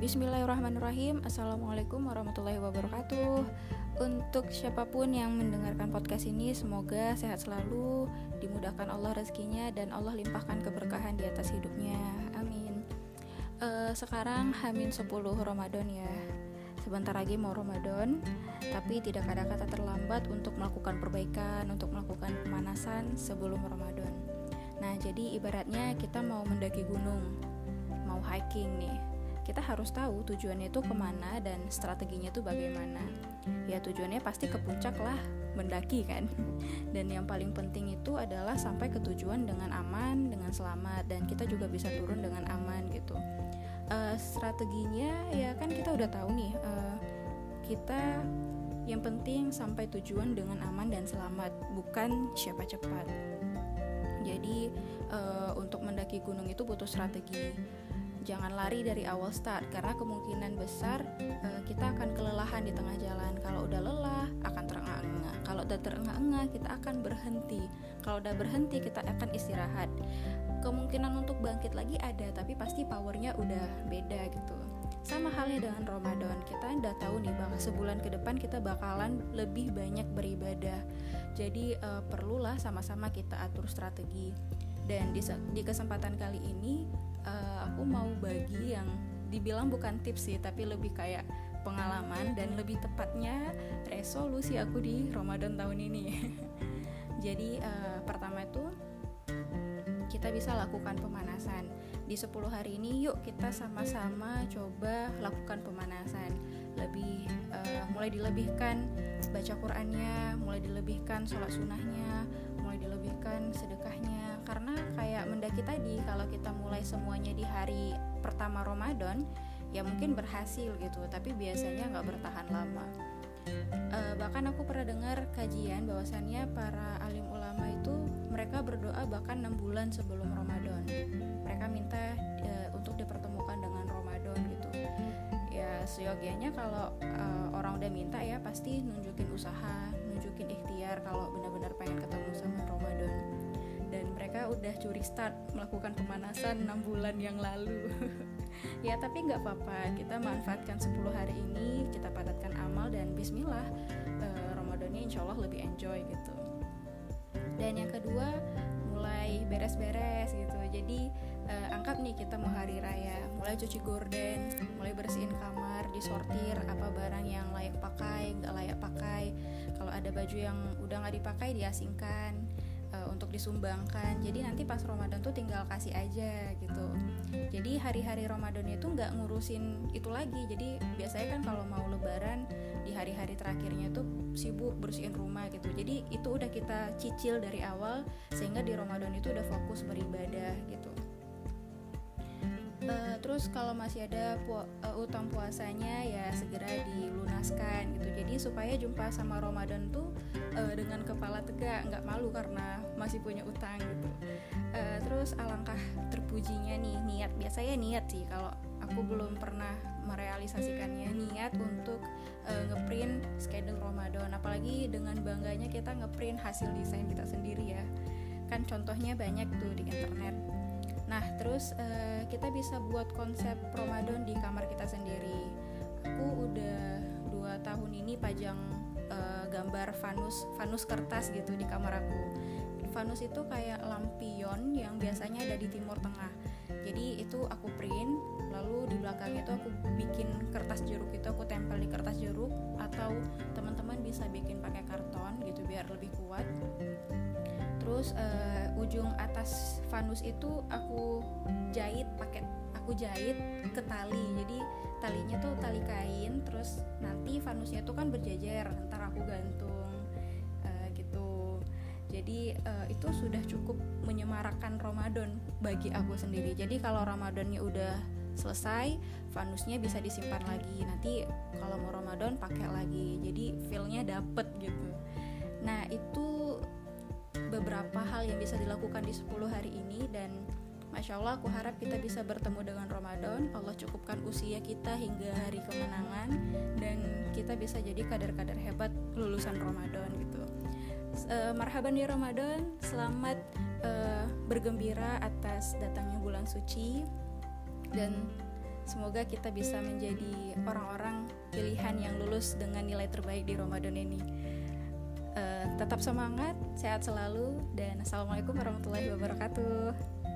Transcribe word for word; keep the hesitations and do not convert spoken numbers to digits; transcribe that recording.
Bismillahirrahmanirrahim. Assalamualaikum warahmatullahi wabarakatuh. Untuk siapapun yang mendengarkan podcast ini, semoga sehat selalu, dimudahkan Allah rezekinya, dan Allah limpahkan keberkahan di atas hidupnya. Amin. uh, Sekarang Hamin sepuluh Ramadan ya. Sebentar lagi mau Ramadan, tapi tidak ada kata terlambat untuk melakukan perbaikan, untuk melakukan pemanasan sebelum Ramadan. Nah, jadi ibaratnya kita mau mendaki gunung, mau hiking nih, kita harus tahu tujuannya itu kemana dan strateginya itu bagaimana. Ya tujuannya pasti ke puncak lah, mendaki kan. Dan yang paling penting itu adalah sampai ke tujuan dengan aman, dengan selamat, dan kita juga bisa turun dengan aman gitu. uh, Strateginya ya kan kita udah tahu nih, uh, kita yang penting sampai tujuan dengan aman dan selamat, bukan siapa cepat. Jadi uh, untuk mendaki gunung itu butuh strategi. Jangan lari dari awal start, karena kemungkinan besar uh, kita akan kelelahan di tengah jalan. Kalau udah lelah akan terengah-engah. Kalau udah terengah-engah kita akan berhenti. Kalau udah berhenti kita akan istirahat. Kemungkinan untuk bangkit lagi ada, tapi pasti powernya udah beda gitu. Sama halnya dengan Ramadan, kita udah tahu nih bahwa sebulan ke depan kita bakalan lebih banyak beribadah. Jadi uh, perlulah sama-sama kita atur strategi. Dan di, di kesempatan kali ini uh, aku mau bagi yang dibilang bukan tips sih, tapi lebih kayak pengalaman dan lebih tepatnya resolusi aku di Ramadan tahun ini. Jadi uh, pertama itu kita bisa lakukan pemanasan. Di sepuluh hari ini yuk kita sama-sama coba lakukan pemanasan. Lebih uh, mulai dilebihkan baca Qur'annya, mulai dilebihkan sholat sunnahnya, mulai dilebihkan sedekahnya. Karena kayak mendaki tadi, kalau kita mulai semuanya di hari pertama Ramadan, ya mungkin berhasil gitu, tapi biasanya nggak bertahan lama. Uh, bahkan aku pernah dengar kajian bahwasannya para alim ulama itu mereka berdoa bahkan enam bulan sebelum Ramadan. Mereka minta uh, untuk dipertemukan dengan Ramadan gitu. Ya seyogianya kalau uh, orang udah minta ya pasti nunjukin usaha, nunjukin ikhtiar kalau benar-benar pengen ketemu sama Ramadan. Dan mereka udah curi start melakukan pemanasan enam bulan yang lalu. Ya tapi gak apa-apa, kita manfaatkan sepuluh hari ini, kita padatkan amal dan bismillah, uh, Ramadannya insya Allah lebih enjoy gitu. Dan yang kedua, mulai beres-beres gitu. Jadi uh, anggap nih kita mau hari raya, mulai cuci gorden, mulai bersihin kamar, disortir apa barang yang layak pakai, gak layak pakai. Kalau ada baju yang udah gak dipakai diasingkan, uh, untuk disumbangkan. Jadi nanti pas Ramadan tuh tinggal kasih aja gitu. Jadi hari-hari Ramadan itu gak ngurusin itu lagi. Jadi biasanya kan kalau mau lebaran di hari-hari terakhirnya tuh sibuk bersihin rumah gitu. Jadi itu udah kita cicil dari awal, sehingga di Ramadan itu udah fokus beribadah gitu. Uh, terus kalau masih ada pu- uh, utang puasanya ya segera dilunaskan gitu. Jadi supaya jumpa sama Ramadan tuh uh, dengan kepala tegak, nggak malu karena masih punya utang gitu. Uh, terus alangkah terpujinya nih niat. Biasanya niat sih, kalau aku belum pernah merealisasikannya, niat untuk uh, ngeprint schedule Ramadan. Apalagi dengan bangganya kita ngeprint hasil desain kita sendiri ya. Kan contohnya banyak tuh di internet. Nah terus uh, kita bisa buat konsep Ramadan di kamar kita sendiri. Aku udah dua tahun ini pajang uh, gambar fanus fanus kertas gitu di kamar aku. Fanus itu kayak lampion yang biasanya ada di Timur Tengah. Jadi itu aku print, lalu di belakangnya itu aku bikin kertas jeruk, itu aku tempel di kertas jeruk, atau teman-teman bisa bikin pakai karton gitu biar lebih kuat. Terus uh, ujung atas fanus itu aku jahit pakai aku jahit ke tali. Jadi talinya tuh tali kain, terus nanti fanusnya tuh kan berjejer, ntar aku gantung uh, gitu. Jadi uh, itu sudah cukup menyemarakkan Ramadan bagi aku sendiri. Jadi kalau Ramadannya udah selesai, fanusnya bisa disimpan lagi. Nanti kalau mau Ramadan pakai lagi. Jadi feel-nya dapet gitu. Nah itu beberapa hal yang bisa dilakukan di sepuluh hari ini, dan Masya Allah aku harap kita bisa bertemu dengan Ramadan. Allah cukupkan usia kita hingga hari kemenangan, dan kita bisa jadi kader-kader hebat lulusan Ramadan gitu. uh, Marhaban di Ramadan, selamat uh, bergembira atas datangnya bulan suci, dan Semoga kita bisa menjadi orang-orang pilihan yang lulus dengan nilai terbaik di Ramadan ini. uh, Tetap semangat, sehat selalu, dan assalamualaikum warahmatullahi wabarakatuh.